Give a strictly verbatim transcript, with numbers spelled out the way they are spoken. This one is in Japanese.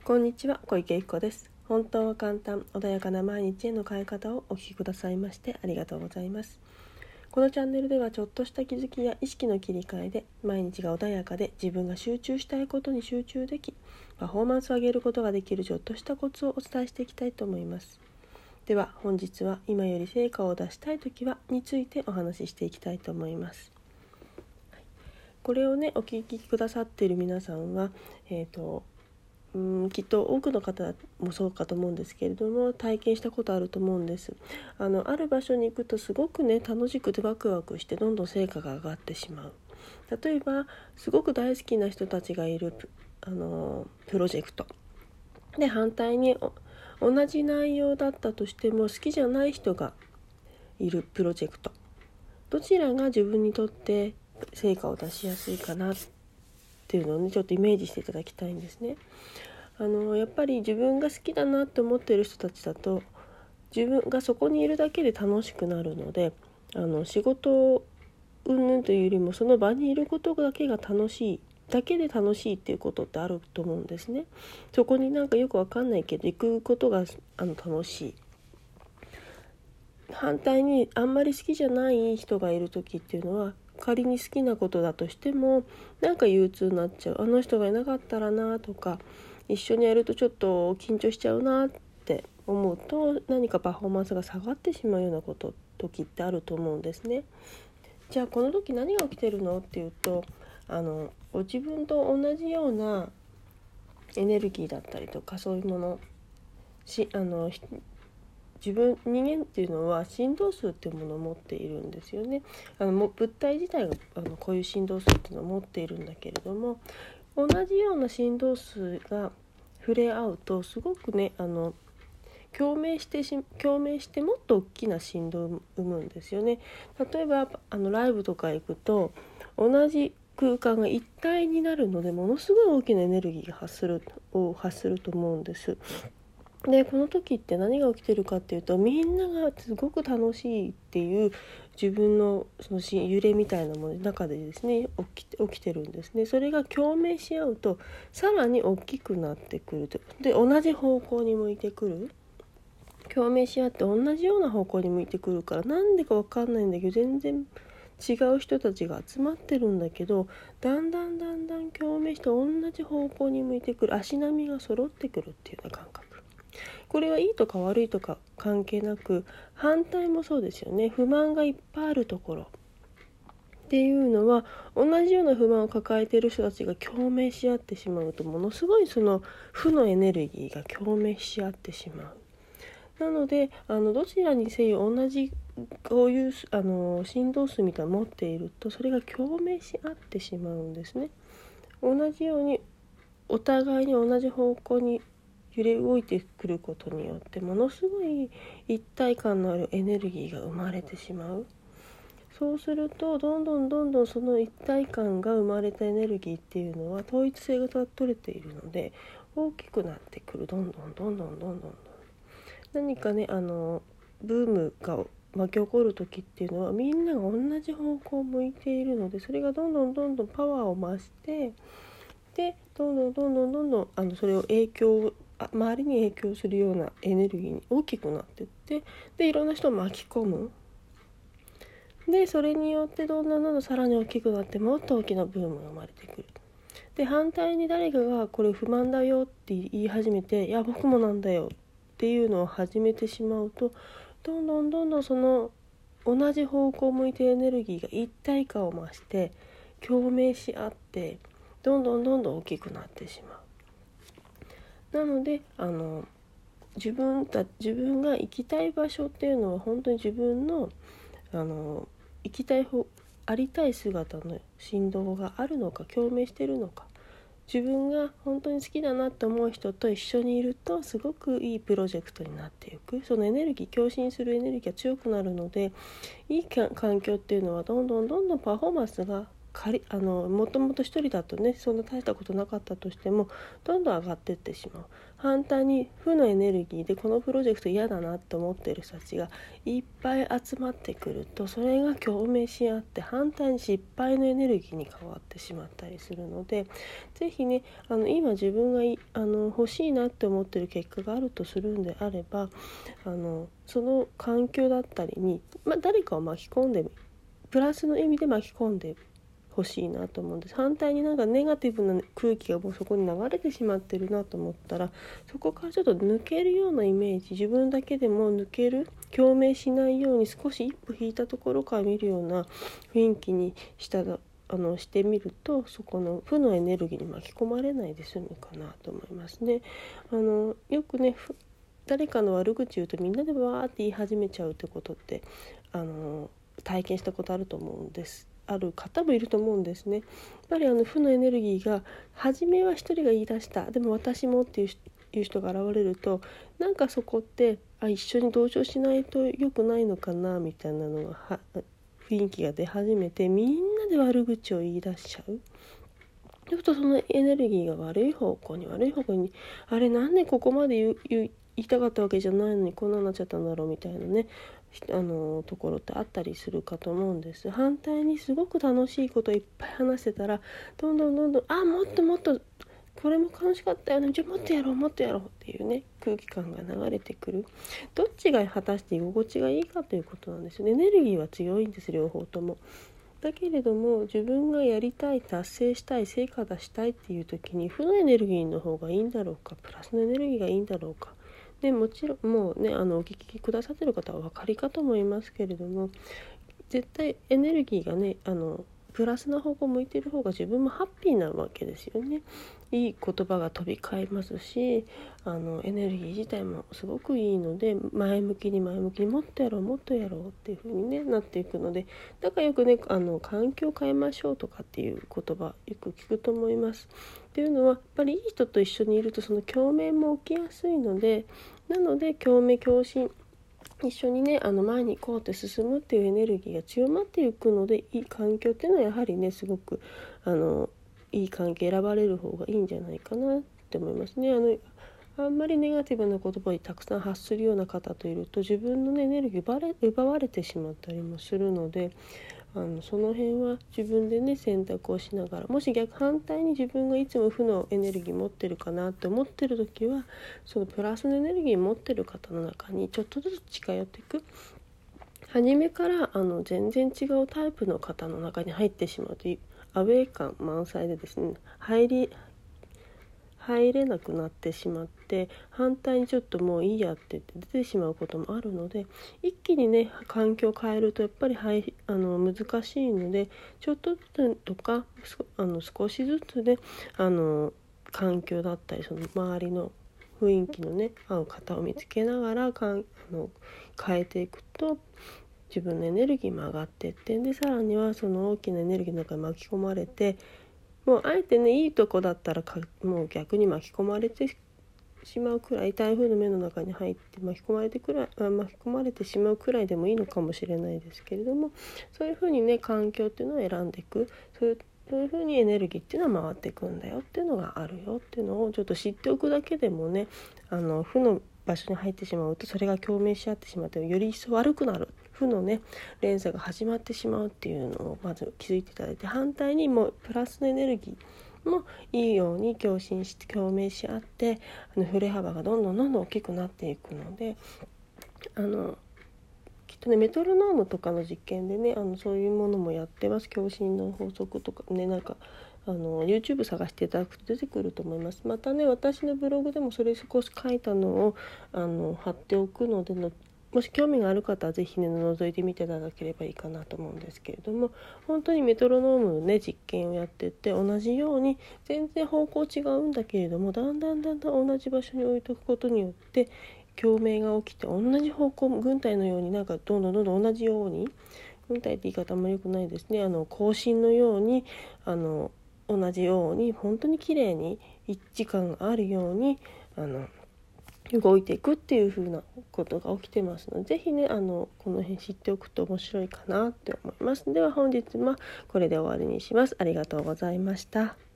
こんにちは、小池由紀子です。本当は簡単、穏やかな毎日への変え方をお聞きくださいましてありがとうございます。このチャンネルではちょっとした気づきや意識の切り替えで毎日が穏やかで自分が集中したいことに集中でき、パフォーマンスを上げることができるちょっとしたコツをお伝えしていきたいと思います。では本日は今より成果を出したいときはについてお話ししていきたいと思います。これをねお聞きくださっている皆さんは、えーとうんきっと多くの方もそうかと思うんですけれども、体験したことあると思うんです。あのある場所に行くとすごくね楽しくてワクワクしてどんどん成果が上がってしまう。例えばすごく大好きな人たちがいるあのプロジェクトで、反対に同じ内容だったとしても好きじゃない人がいるプロジェクト、どちらが自分にとって成果を出しやすいかなっていうのをねちょっとイメージしていただきたいんですね。あのやっぱり自分が好きだなって思っている人たちだと自分がそこにいるだけで楽しくなるので、あの仕事云々というよりもその場にいることだけが楽しいだけで楽しいっていうことってあると思うんですね。そこになんかよくわかんないけど行くことがあの楽しい。反対にあんまり好きじゃない人がいる時っていうのは、仮に好きなことだとしてもなんか憂鬱になっちゃう、あの人がいなかったらなとか、一緒にやるとちょっと緊張しちゃうなって思うと何かパフォーマンスが下がってしまうようなこと時ってあると思うんですね。じゃあこの時何が起きてるのっていうと、あのご自分と同じようなエネルギーだったりとかそういうものしあの自分人間っていうのは振動数っていうものを持っているんですよね。あのも物体自体があのこういう振動数っていうのを持っているんだけれども、同じような振動数が触れ合うとすごくねあの共鳴してし共鳴してもっと大きな振動を生むんですよね。例えばあのライブとか行くと同じ空間が一体になるのでものすごい大きなエネルギーが発するを発すると思うんです。でこの時って何が起きてるかっていうと、みんながすごく楽しいっていう自分のその揺れみたいなものの中でですね起きて、起きてるんですね。それが共鳴し合うとさらに大きくなってくると。で同じ方向に向いてくる、共鳴し合って同じような方向に向いてくるから、なんでか分かんないんだけど全然違う人たちが集まってるんだけど、だんだんだんだん共鳴して同じ方向に向いてくる、足並みが揃ってくるっていうような感覚。これはいいとか悪いとか関係なく、反対もそうですよね。不満がいっぱいあるところっていうのは同じような不満を抱えている人たちが共鳴し合ってしまうと、ものすごいその負のエネルギーが共鳴し合ってしまう。なのであのどちらにせよ同じこういうあの振動数みたいなのを持っていると、それが共鳴し合ってしまうんですね。同じようにお互いに同じ方向に揺れ動いてくることによってものすごい一体感のあるエネルギーが生まれてしまう。そうするとどんどんどんどんその一体感が生まれたエネルギーっていうのは統一性が取れているので大きくなってくる。どんどんどんどんどんどん何かねあのブームが巻き起こる時っていうのはみんなが同じ方向を向いているので、それがどんどんどんどんパワーを増して、でどんどんどんどんどんどんあのそれを影響周りに影響するようなエネルギーに大きくなっていって、でいろんな人を巻き込む。でそれによってどんどんどんどんさらに大きくなってもっと大きなブームが生まれてくる。で反対に誰かがこれ不満だよって言い始めて、いや僕もなんだよっていうのを始めてしまうと、どんどんどんどんその同じ方向を向いてエネルギーが一体感を増して共鳴し合って、どんどんどんどん大きくなってしまう。なのであの自分た自分が行きたい場所っていうのは本当に自分のあの行きたい方ありたい姿の振動があるのか共鳴しているのか、自分が本当に好きだなと思う人と一緒にいるとすごくいいプロジェクトになっていく。そのエネルギー共振するエネルギーが強くなるので、いい環境っていうのはどんどんどんどんパフォーマンスが仮あのもともと一人だとねそんな大したことなかったとしてもどんどん上がっていってしまう。反対に負のエネルギーでこのプロジェクト嫌だなって思っている人たちがいっぱい集まってくると、それが共鳴し合って反対に失敗のエネルギーに変わってしまったりするので、ぜひねあの今自分がいあの欲しいなって思っている結果があるとするんであれば、あのその環境だったりに、まあ、誰かを巻き込んでプラスの意味で巻き込んで欲しいなと思うんです。反対になんかネガティブな空気がもうそこに流れてしまってるなと思ったら、そこからちょっと抜けるようなイメージ、自分だけでも抜ける、共鳴しないように少し一歩引いたところから見るような雰囲気にしたらあのしてみると、そこの負のエネルギーに巻き込まれないで済むかなと思いますね。あのよくね誰かの悪口言うとみんなでわーって言い始めちゃうってことってあの体験したことあると思うんですある方もいると思うんですね。やっぱりあの負のエネルギーが初めは一人が言い出した、でも私もっていういう人が現れると、なんかそこってあ一緒に同情しないと良くないのかなみたいなのがは雰囲気が出始めて、みんなで悪口を言い出しちゃう。ちょっとそのエネルギーが悪い方向に悪い方向に、あれなんでここまで言う言う言いたかったわけじゃないのにこんなになっちゃったんだろうみたいなねあのところってあったりするかと思うんです。反対にすごく楽しいこといっぱい話してたら、どんどんどんどんあもっともっとこれも楽しかったよね、じゃあもっとやろうもっとやろうっていうね空気感が流れてくる。どっちが果たして居心地がいいかということなんですよね。エネルギーは強いんです両方とも。だけれども自分がやりたい、達成したい、成果出したいっていう時に負のエネルギーの方がいいんだろうか、プラスのエネルギーがいいんだろうか、でもちろんもうねあのお聞きくださってる方はお分かりかと思いますけれども、絶対エネルギーがねあのプラスな方向向いてる方が自分もハッピーなわけですよね。いい言葉が飛び交いますし、あのエネルギー自体もすごくいいので、前向きに前向きにもっとやろうもっとやろうっていう風に、ね、なっていくので、だからよくねあの環境を変えましょうとかっていう言葉よく聞くと思います。っていうのはやっぱりいい人と一緒にいるとその共鳴も起きやすいので、なので共鳴共振一緒にねあの前に行こうって進むっていうエネルギーが強まっていくので、いい環境っていうのはやはりねすごくあのいい関係選ばれる方がいいんじゃないかなって思いますね。あのあんまりネガティブな言葉にたくさん発するような方といると自分の、ね、エネルギー奪われ、奪われてしまったりもするので、あのその辺は自分でね選択をしながら、もし逆反対に自分がいつも負のエネルギー持ってるかなって思ってる時は、そのプラスのエネルギー持ってる方の中にちょっとずつ近寄っていく。初めからあの全然違うタイプの方の中に入ってしまうというアウェー感満載でですね入り入れなくなってしまって、反対にちょっともういいやって言って出てしまうこともあるので、一気にね環境を変えるとやっぱりはいあの難しいので、ちょっとずつとかあの少しずつで、ね、あの環境だったりその周りの雰囲気のね合う方を見つけながらかんあの変えていくと自分のエネルギーも上がっていって、でさらにはその大きなエネルギーの中に巻き込まれて、もうあえてねいいとこだったらかもう逆に巻き込まれてしまうくらい、台風の目の中に入って巻き込まれてくらいあ巻き込まれてしまうくらいでもいいのかもしれないですけれども、そういうふうにね環境っていうのを選んでいく、そういうそういうふうにエネルギーっていうのは回っていくんだよっていうのがあるよっていうのをちょっと知っておくだけでもね、あの負の場所に入ってしまうとそれが共鳴し合ってしまってより一層悪くなる負のね連鎖が始まってしまうっていうのをまず気づいていただいて、反対にもうプラスのエネルギーもいいように共振して共鳴し合って、あの振れ幅がどんどんどんどん大きくなっていくので、あのきっとねメトロノームとかの実験でねあのそういうものもやってます。共振の法則とかね、なんかあの YouTube 探していただくと出てくると思います。またね私のブログでもそれ少し書いたのをあの貼っておくのでの、もし興味がある方はぜひね覗いてみていただければいいかなと思うんですけれども、本当にメトロノームのね実験をやってって同じように全然方向違うんだけれども、だんだんだんだん同じ場所に置いとくことによって共鳴が起きて、同じ方向軍隊のようになんかどんどんどんどん同じように、軍隊って言い方あんまり良くないですね、あの行進のようにあの同じように本当に綺麗に一致感があるようにあの動いていくっていう風なことが起きてますので、ぜひねあのこの辺知っておくと面白いかなって思います。では本日もこれで終わりにします。ありがとうございました。